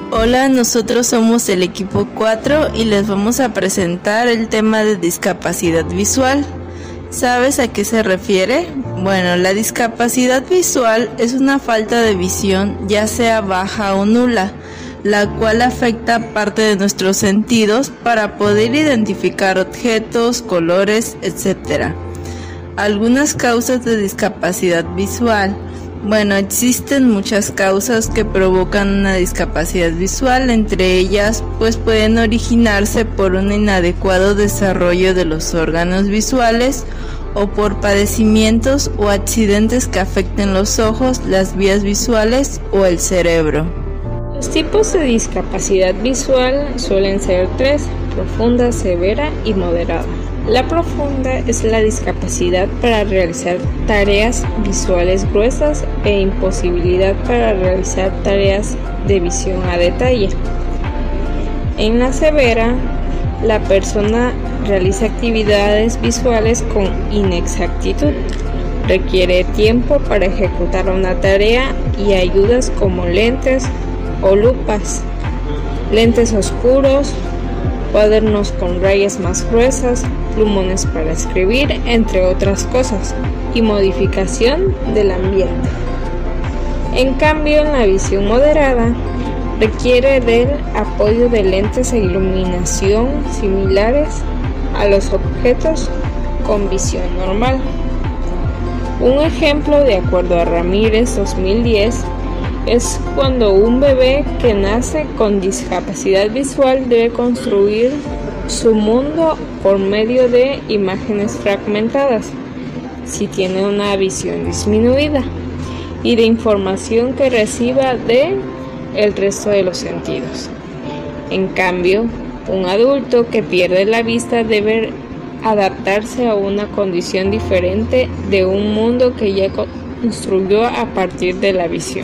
Hola, nosotros somos el equipo 4 y les vamos a presentar el tema de discapacidad visual. ¿Sabes a qué se refiere? Bueno, la discapacidad visual es una falta de visión, ya sea baja o nula, la cual afecta parte de nuestros sentidos para poder identificar objetos, colores, etc. Algunas causas de discapacidad visual. Bueno, existen muchas causas que provocan una discapacidad visual, entre ellas pues pueden originarse por un inadecuado desarrollo de los órganos visuales o por padecimientos o accidentes que afecten los ojos, las vías visuales o el cerebro. Los tipos de discapacidad visual suelen ser 3: profunda, severa y moderada. La profunda es la discapacidad para realizar tareas visuales gruesas e imposibilidad para realizar tareas de visión a detalle. En la severa, la persona realiza actividades visuales con inexactitud, requiere tiempo para ejecutar una tarea y ayudas como lentes o lupas, lentes oscuros, cuadernos con rayas más gruesas, plumones para escribir, entre otras cosas, y modificación del ambiente. En cambio, en la visión moderada, requiere del apoyo de lentes e iluminación similares a los objetos con visión normal. Un ejemplo, de acuerdo a Ramírez 2010, es cuando un bebé que nace con discapacidad visual debe construir su mundo por medio de imágenes fragmentadas, si tiene una visión disminuida, y de información que reciba de el resto de los sentidos. En cambio, un adulto que pierde la vista debe adaptarse a una condición diferente de un mundo que ya construyó a partir de la visión.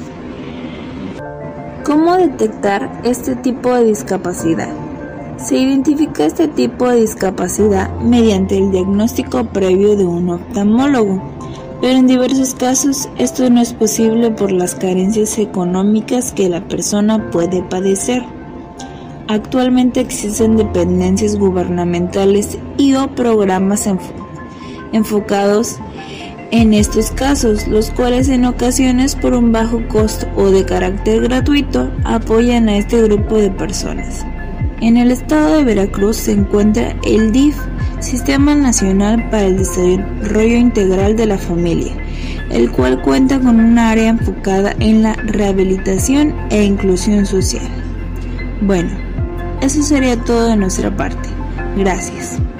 ¿Cómo detectar este tipo de discapacidad? Se identifica este tipo de discapacidad mediante el diagnóstico previo de un oftalmólogo, pero en diversos casos esto no es posible por las carencias económicas que la persona puede padecer. Actualmente existen dependencias gubernamentales y o programas enfocados en estos casos, los cuales en ocasiones por un bajo costo o de carácter gratuito apoyan a este grupo de personas. En el estado de Veracruz se encuentra el DIF, Sistema Nacional para el Desarrollo Integral de la Familia, el cual cuenta con un área enfocada en la rehabilitación e inclusión social. Bueno, eso sería todo de nuestra parte. Gracias.